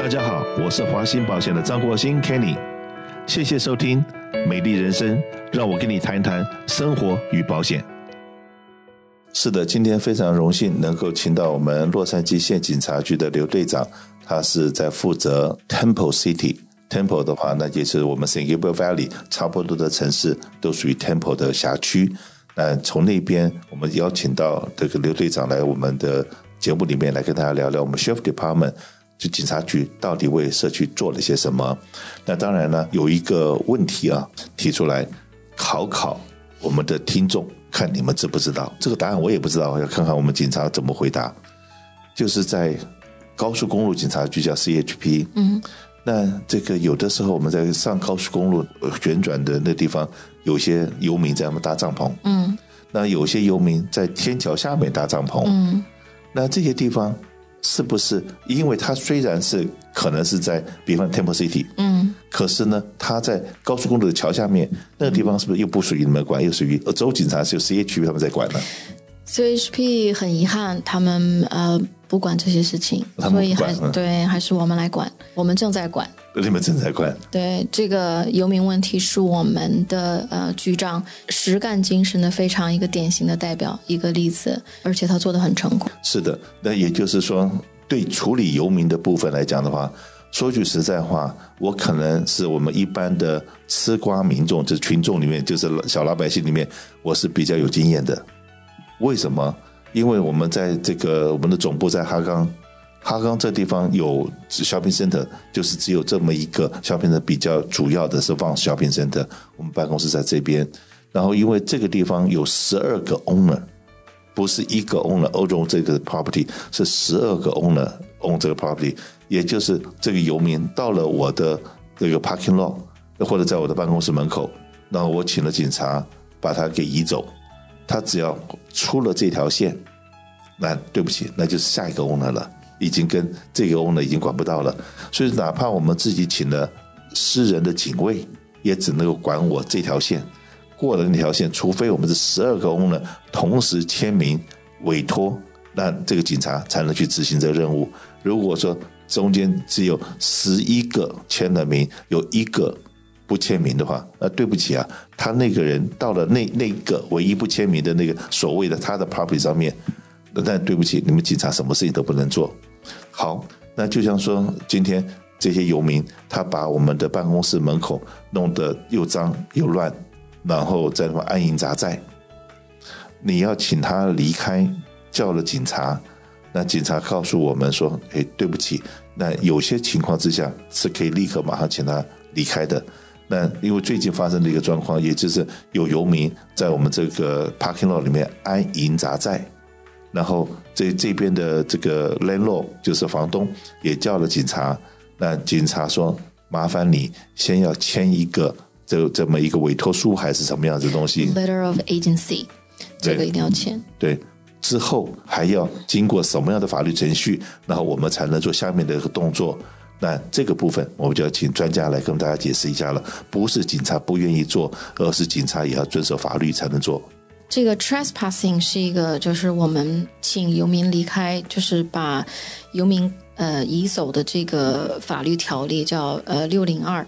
大家好，我是华兴保险的张国兴 Kenny， 谢谢收听美丽人生，让我跟你谈谈生活与保险。是的，今天非常荣幸能够请到我们洛杉矶县警察局的刘队长，他是在负责 Temple City。Temple 的话，那就是我们 San Gabriel Valley 差不多的城市都属于 Temple 的辖区。那从那边我们邀请到这个刘队长来我们的节目里面来跟大家聊聊我们 Sheriff Department 就警察局到底为社区做了些什么。那当然呢，有一个问题啊提出来考我们的听众，看你们知不知道。这个答案我也不知道，要看看我们警察怎么回答。就是在高速公路警察局叫 CHP， 那这个有的时候我们在上高速公路旋转的那地方，有些游民在那搭帐篷，那有些游民在天桥下面搭帐篷，那这些地方是不是因为它虽然是可能是在比方 Temple City，可是呢它在高速公路的桥下面那个地方是不是又不属于你们管，又属于州警察，是由 CHP 他们在管呢？ CHP 很遗憾他们不管这些事情，所以还是我们来管，我们正在管。 你们正在管？对， 这个游民问题是我们的局长实干精神的非常一个典型的代表，一个例子，而且他做得很成功。 是的，那也就是说对处理游民的部分来讲的话，说句实在话，我可能是我们一般的吃瓜民众，就是群众里面，就是小老百姓里面，我是比较有经验的。为什么？因为我们在这个我们的总部在哈冈这地方有 shopping center， 就是只有这么一个 shopping center， 比较主要的是放 shopping center， 我们办公室在这边。然后因为这个地方有12个 owner， 不是一个 owner own 这个 property， 是12个 owner own 这个 property， 也就是这个游民到了我的这个 parking lot 或者在我的办公室门口，然后我请了警察把他给移走，他只要出了这条线，那对不起，那就是下一个 owner 了，已经跟这个 owner 已经管不到了。所以哪怕我们自己请了私人的警卫，也只能够管我这条线，过了那条线，除非我们是12个 owner 同时签名委托，那这个警察才能去执行这个任务。如果说中间只有11个签了名，有1个不签名的话，那对不起啊，他那个人到了那个唯一不签名的那个所谓的他的 property 上面，那对不起，你们警察什么事情都不能做。好，那就像说今天这些游民他把我们的办公室门口弄得又脏又乱，然后在那安营扎寨，你要请他离开，叫了警察，那警察告诉我们说对不起，那有些情况之下是可以立刻马上请他离开的。那因为最近发生的一个状况，也就是有游民在我们这个 parking lot 里面安营扎寨，然后这边的这个 landlord 就是房东也叫了警察，那警察说麻烦你先要签一个这么一个委托书还是什么样子的东西 Letter of Agency， 这个一定要签。 对，之后还要经过什么样的法律程序，然后我们才能做下面的一个动作。那这个部分我们就要请专家来跟大家解释一下了，不是警察不愿意做，而是警察也要遵守法律才能做。 这个 trespassing 是一个，就是我们请游民离开，就是把游民移走的这个法律条例叫602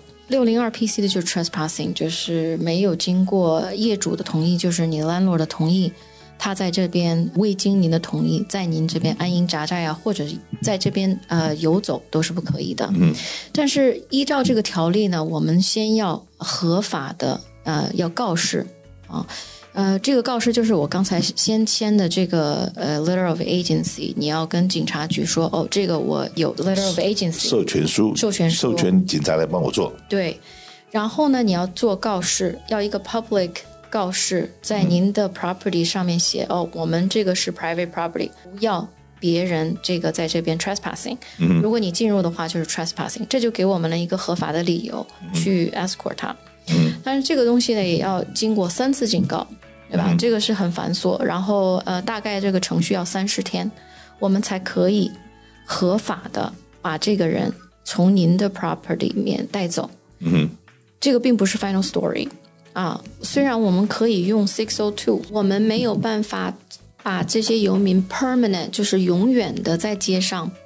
PC 的就是 trespassing， 就是没有经过业主的同意，就是你 landlord 的同意，他在这边未经您的同意在您这边安营扎寨啊，或者在这边游走都是不可以的。但是依照这个条例呢，我们先要合法的要告示啊。这个告示就是我刚才先签的这个letter of agency， 你要跟警察局说这个我有 letter of agency 授权警察来帮我做。 对，然后呢你要做告示，要一个 public 告示，在您的 property 上面写我们这个是 private property， 不要别人这个在这边 trespassing，如果你进入的话就是 trespassing， 这就给我们了一个合法的理由去 escort 他。但是这个东西呢也要经过3次警告，对吧？这个是很繁琐，然后大概这个程序要30天，我们才可以合法的把这个人从您的 property 里面带走。这个并不是 final story 啊，虽然我们可以用602，我们没有办法把这些游民 permanent 就是永远的在街上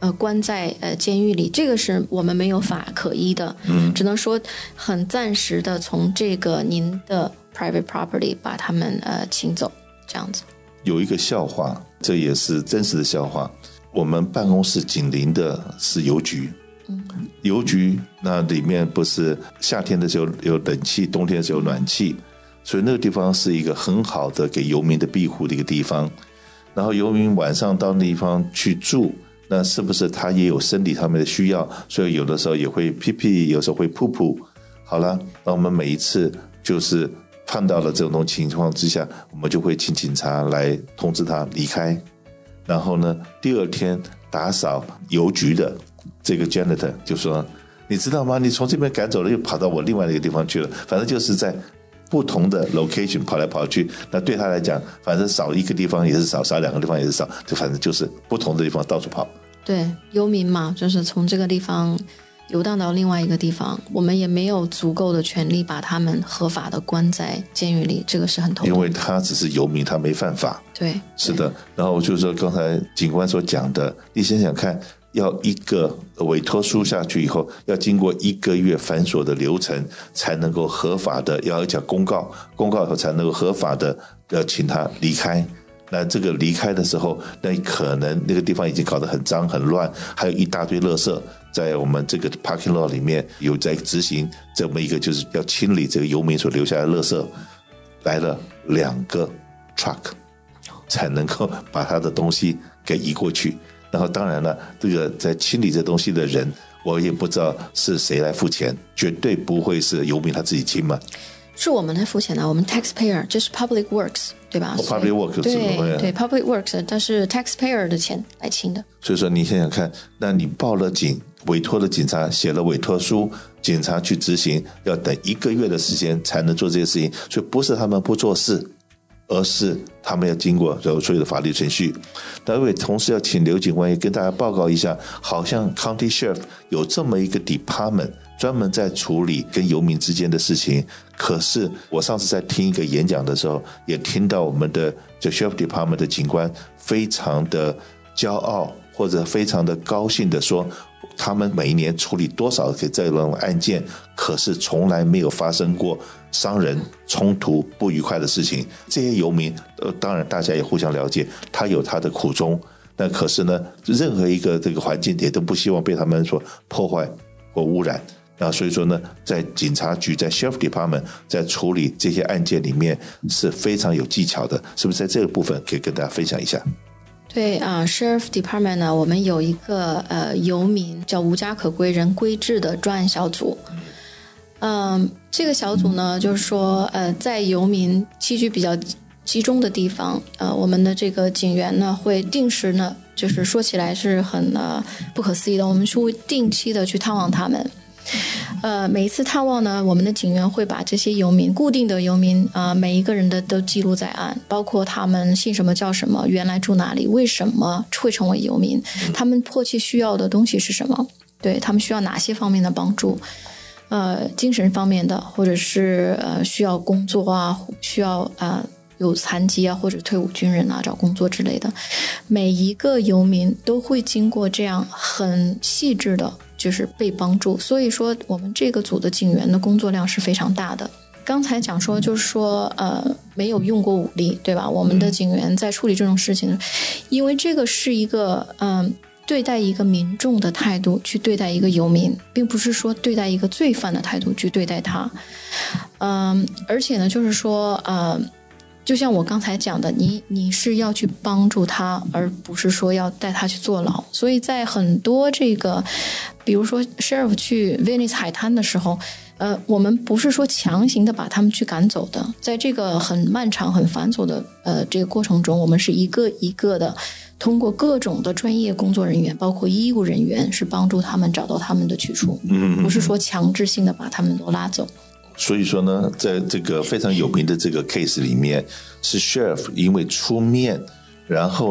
关在监狱里，这个是我们没有法可依的，只能说很暂时的从这个您的 private property 把他们请走，这样子。 有一个笑话，这也是真实的笑话。我们办公室紧邻的是邮局，邮局那里面不是夏天的时候有冷气，冬天的时候有暖气，所以那个地方是一个很好的给游民的庇护的一个地方。然后游民晚上到那地方去住，那是不是他也有生理上面的需要，所以有的时候也会屁屁，有时候会噗噗。好了，那我们每一次就是看到了这种情况之下，我们就会请警察来通知他离开。然后呢，第二天打扫邮局的这个 janitor 就说，你知道吗，你从这边赶走了又跑到我另外一个地方去了，反正就是在不同的 location 跑来跑去，那对他来讲反正少一个地方也是少，少两个地方也是少，就反正就是不同的地方到处跑。 对，游民嘛，就是从这个地方游荡到另外一个地方，我们也没有足够的权利把他们合法的关在监狱里，这个是很头痛。 因为他只是游民，他没犯法。 对， 是的。然后就是说刚才警官所讲的，你想想看，要一个委托书下去以后，要经过1个月繁琐的流程，才能够合法的要讲公告以后才能够合法的请他离开。那这个离开的时候，那可能那个地方已经搞得很脏很乱，还有一大堆垃圾在我们这个 parking lot 里面有在执行这么一个就是要清理这个游民所留下的垃圾，来了2个 truck 才能够把他的东西给移过去。然后当然了，这个在清理这东西的人，我也不知道是谁来付钱，绝对不会是游民他自己清嘛。 是我们来付钱的，我们 taxpayer， 这是 public works， 对吧 ？public works 对 public works， 但是 taxpayer 的钱来清的。 所以说你想想看，那你报了警，委托了警察，写了委托书，警察去执行，要等1个月的时间才能做这些事情，所以不是他们不做事，而是他们要经过所有的法律程序。那位同时要请刘警官也跟大家报告一下，好像 County Sheriff 有这么一个 department， 专门在处理跟游民之间的事情。可是我上次在听一个演讲的时候，也听到我们的这 Sheriff Department 的警官非常的骄傲，或者非常的高兴的说，他们每一年处理多少个这种案件，可是从来没有发生过伤人、冲突、不愉快的事情。这些游民当然大家也互相了解，他有他的苦衷，那可是呢，任何一个这个环境也都不希望被他们所破坏或污染。那所以说呢，在警察局，在 Sheriff Department 在处理这些案件里面是非常有技巧的，是不是在这个部分可以跟大家分享一下？ 对Sheriff Department 呢，我们有一个游民叫无家可归人归置的专案小组。这个小组呢，就是说在游民栖居比较集中的地方，我们的这个警员呢会定时呢，就是说起来是很不可思议的，我们是会定期的去探望他们。每一次探望呢，我们的警员会把这些游民，固定的游民每一个人的都记录在案，包括他们姓什么叫什么，原来住哪里，为什么会成为游民，他们迫切需要的东西是什么，对，他们需要哪些方面的帮助，精神方面的，或者是需要工作啊，需要有残疾啊，或者退伍军人啊找工作之类的，每一个游民都会经过这样很细致的就是被帮助。所以说我们这个组的警员的工作量是非常大的。刚才讲说就是说没有用过武力，对吧？我们的警员在处理这种事情，因为这个是一个对待一个民众的态度去对待一个游民，并不是说对待一个罪犯的态度去对待他。而且呢就是说就像我刚才讲的，你是要去帮助他，而不是说要带他去坐牢。所以在很多这个比如说 Sheriff 去 Venice 海滩的时候，我们不是说强行的把他们去赶走的，在这个很漫长很繁琐的这个过程中，我们是一个一个的通过各种的专业工作人员，包括医务人员，是帮助他们找到他们的去处，不是说强制性的把他们都拉走。 所以说呢，在这个非常有名的这个 case 里面，是 Sheriff 因为出面，然后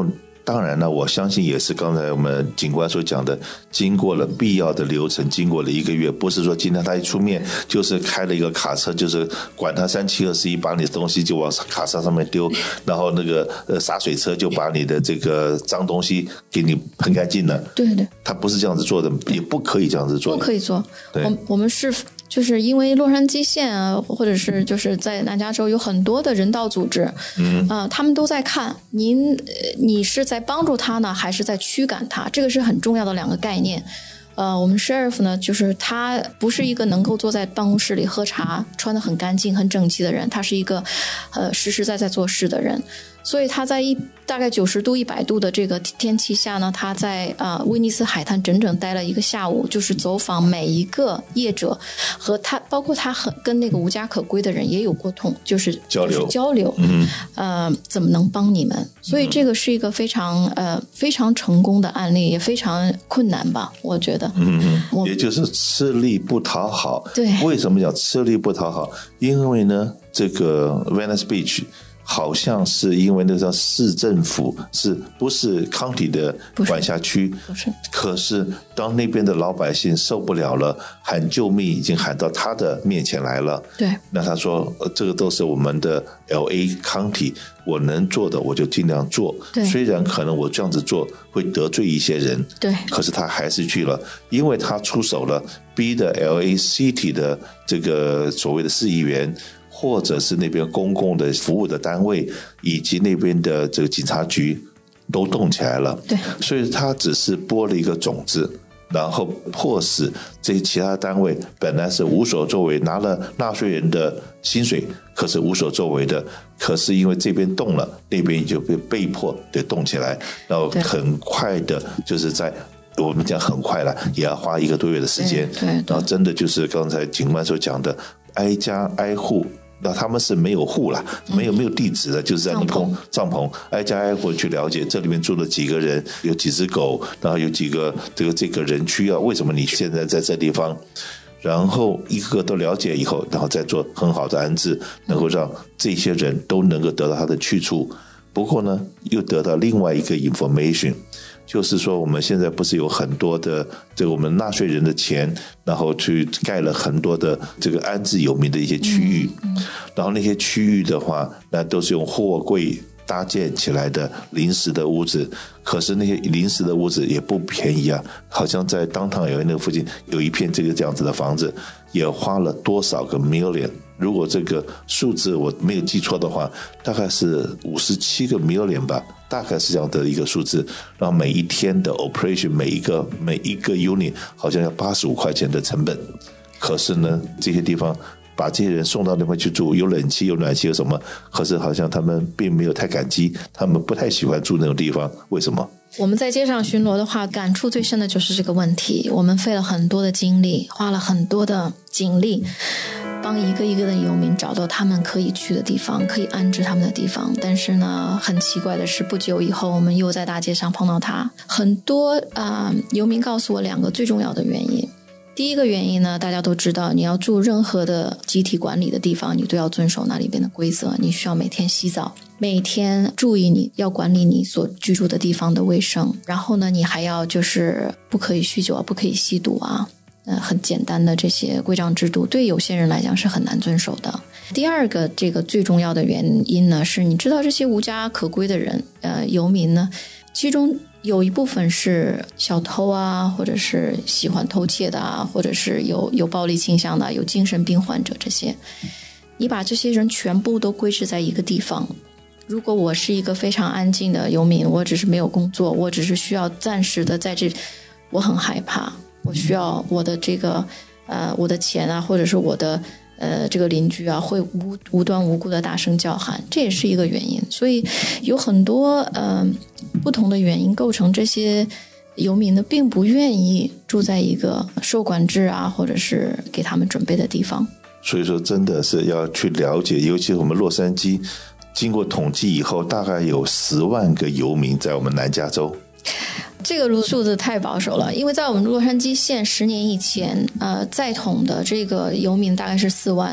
当然了，我相信也是刚才我们警官所讲的，经过了必要的流程，经过了1个月，不是说今天他一出面就是开了一个卡车，就是管他3721，把你的东西就往卡车上面丢，然后那个洒水车就把你的这个脏东西给你喷干净了。 对对， 他不是这样子做的，也不可以这样子做的， 不可以做。 对， 我们是就是因为洛杉矶县啊，或者是就是在南加州有很多的人道组织，他们都在看你是在帮助他呢，还是在驱赶他，这个是很重要的2个概念。我们 sheriff 呢，就是他不是一个能够坐在办公室里喝茶、穿得很干净、很整齐的人，他是一个实实在在做事的人。所以他在大概90度、100度的这个天气下呢，他在威尼斯海滩整整待了1个下午，就是走访每一个业者，和他包括他跟那个无家可归的人也有沟通，就是交流，怎么能帮你们？所以这个是一个非常成功的案例，也非常困难吧？我觉得， 也就是吃力不讨好。 对， 为什么叫吃力不讨好？因为呢，这个 Venice Beach。好像是因为那叫市政府，是不是 county 的管辖区？ 不是。 可是当那边的老百姓受不了了，喊救命已经喊到他的面前来了。 对。 那他说，这个都是我们的 LA county， 我能做的我就尽量做。 对。 虽然可能我这样子做会得罪一些人， 对。 可是他还是去了，因为他出手了，逼的 LA City 的这个所谓的市议员。或者是那边公共的服务的单位，以及那边的这个警察局都动起来了。 对， 所以他只是播了一个种子，然后迫使这些其他单位本来是无所作为，拿了纳税人的薪水，可是无所作为的，可是因为这边动了，那边就被迫得动起来，然后很快的就是在。我们讲很快了，也要花1个多月的时间。 对， 然后真的就是刚才警官所讲的，挨家挨户。那他们是没有户了，没有地址的，就是在那空帐篷，挨家挨户去了解这里面住了几个人，有几只狗，然后有几个这个人需要，为什么你现在在这地方？然后一个个都了解以后，然后再做很好的安置，能够让这些人都能够得到他的去处。不过呢，又得到另外一个 information。就是说我们现在不是有很多的这个我们纳税人的钱，然后去盖了很多的这个安置游民的一些区域，然后那些区域的话，那都是用货柜搭建起来的临时的屋子，可是那些临时的屋子也不便宜啊，好像在downtown LA那个附近有一片这样子的房子，也花了多少个 million。如果这个数字我没有记错的话，大概是57个 million 吧，大概是这样的一个数字。然后每一天的 operation， 每一个 unit 好像要85块钱的成本。可是呢，这些地方把这些人送到那边去住，有冷气有暖气有什么，可是好像他们并没有太感激，他们不太喜欢住那种地方。为什么？ 我们在街上巡逻的话，感触最深的就是这个问题。我们费了很多的精力，花了很多的精力，帮一个一个的游民找到他们可以去的地方，可以安置他们的地方。但是呢，很奇怪的是，不久以后我们又在大街上碰到他。很多游民告诉我2个最重要的原因。第一个原因呢，大家都知道，你要住任何的集体管理的地方，你都要遵守那里边的规则。你需要每天洗澡，每天注意你要管理你所居住的地方的卫生。然后呢，你还要就是不可以酗酒啊，不可以吸毒啊，很简单的这些规章制度，对有些人来讲是很难遵守的。第二个这个最重要的原因呢，是你知道这些无家可归的人，游民呢，其中有一部分是小偷啊，或者是喜欢偷窃的啊，或者是有暴力倾向的，有精神病患者这些。你把这些人全部都归置在一个地方，如果我是一个非常安静的游民，我只是没有工作，我只是需要暂时的在这，我很害怕，我需要我的这个我的钱啊，或者是我的这个邻居啊会无端无故的大声叫喊，这也是一个原因。所以有很多不同的原因构成这些游民呢并不愿意住在一个受管制啊或者是给他们准备的地方。 所以说真的是要去了解，尤其是我们洛杉矶经过统计以后，大概有10万个游民在我们南加州。 这个数字太保守了，因为在我们洛杉矶县10年以前在统的这个游民大概是4万，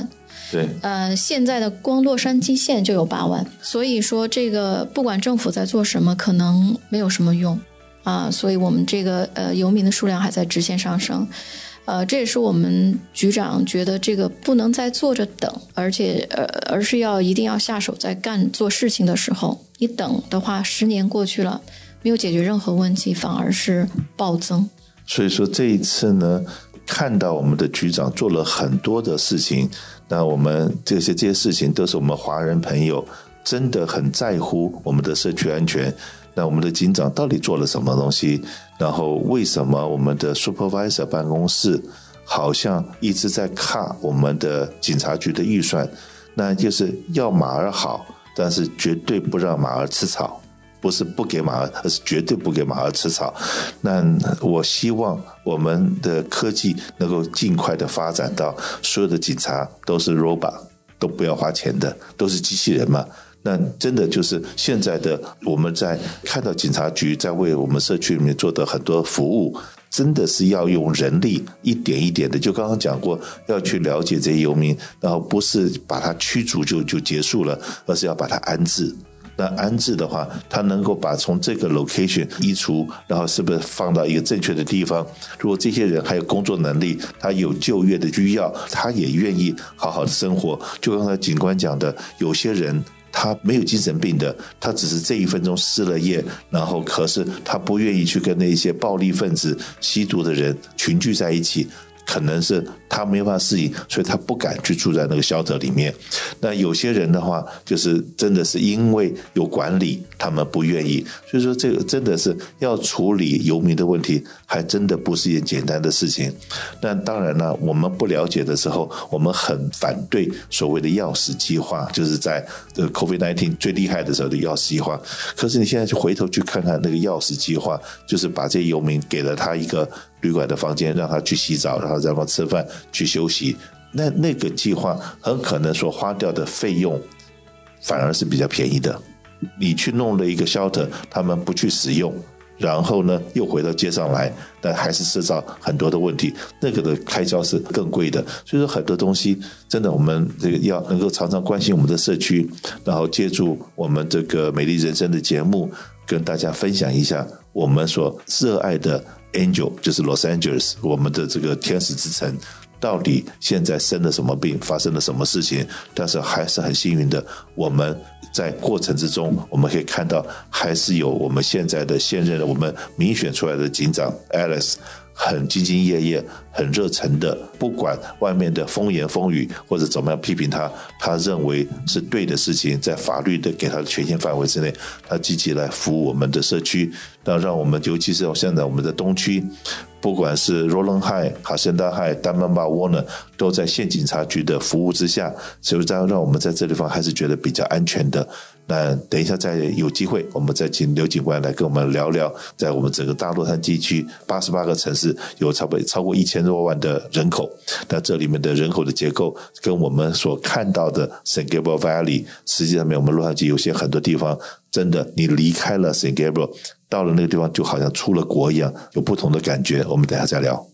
对， 现在的光洛杉矶县就有8万，所以说这个不管政府在做什么，可能没有什么用啊，所以我们这个游民的数量还在直线上升。这也是我们局长觉得这个不能再坐着等，而是一定要下手在做事情的时候，你等的话10年过去了，没有解决任何问题，反而是暴增。 所以说这一次呢，看到我们的局长做了很多的事情，那我们这些事情都是我们华人朋友真的很在乎我们的社区安全。那我们的警长到底做了什么东西？然后为什么我们的 supervisor 办公室好像一直在卡我们的警察局的预算？那就是要马儿好，但是绝对不让马儿吃草，不是不给马儿，而是绝对不给马儿吃草。那我希望我们的科技能够尽快的发展到所有的警察都是 robot， 都不要花钱的，都是机器人嘛。那真的就是现在的我们在看到警察局在为我们社区里面做的很多服务，真的是要用人力一点一点的，就刚刚讲过，要去了解这些游民，然后不是把他驱逐就结束了，而是要把他安置。那安置的话，他能够把从这个 location 移除，然后是不是放到一个正确的地方？如果这些人还有工作能力，他有就业的需要，他也愿意好好的生活。就刚才警官讲的，有些人他没有精神病的，他只是这1分钟失了业，然后可是他不愿意去跟那些暴力分子、吸毒的人群聚在一起，可能是他没办法适应，所以他不敢去住在那个shelter里面。那有些人的话，就是真的是因为有管理，他们不愿意。所以说这个真的是要处理游民的问题，还真的不是一件简单的事情。那当然了，我们不了解的时候，我们很反对所谓的钥匙计划，就是在COVID-19 最厉害的时候的钥匙计划。可是你现在就回头去看看那个钥匙计划，就是把这些游民给了他一个旅馆的房间，让他去洗澡，然后让他吃饭去休息。那个计划很可能所花掉的费用反而是比较便宜的。你去弄了一个 shelter， 他们不去使用，然后呢又回到街上来，但还是制造很多的问题，那个的开销是更贵的。所以说很多东西真的我们这个要能够常常关心我们的社区，然后借助我们这个美丽人生的节目跟大家分享一下我们所热爱的 Angel， 就是 Los Angeles， 我们的这个天使之城到底现在生了什么病，发生了什么事情。但是还是很幸运的，我们在过程之中我们可以看到还是有我们现在的现任的我们民选出来的警长 Alex 很兢兢业业很热忱的，不管外面的风言风语或者怎么样批评他，他认为是对的事情，在法律的给他的权限范围之内，他积极来服务我们的社区，让我们尤其是现在我们的东区，不管是 Rowland High、哈森达 High、丹曼巴、沃呢，都在县警察局的服务之下，所以让我们在这地方还是觉得比较安全的。那等一下再有机会，我们再请刘警官来跟我们聊聊，在我们整个大洛杉矶区88个城市有超过1000多万的人口，那这里面的人口的结构跟我们所看到的 San Gabriel Valley， 实际上面我们洛杉矶有些很多地方真的你离开了 San Gabriel， 到了那个地方就好像出了国一样，有不同的感觉。我们等一下再聊。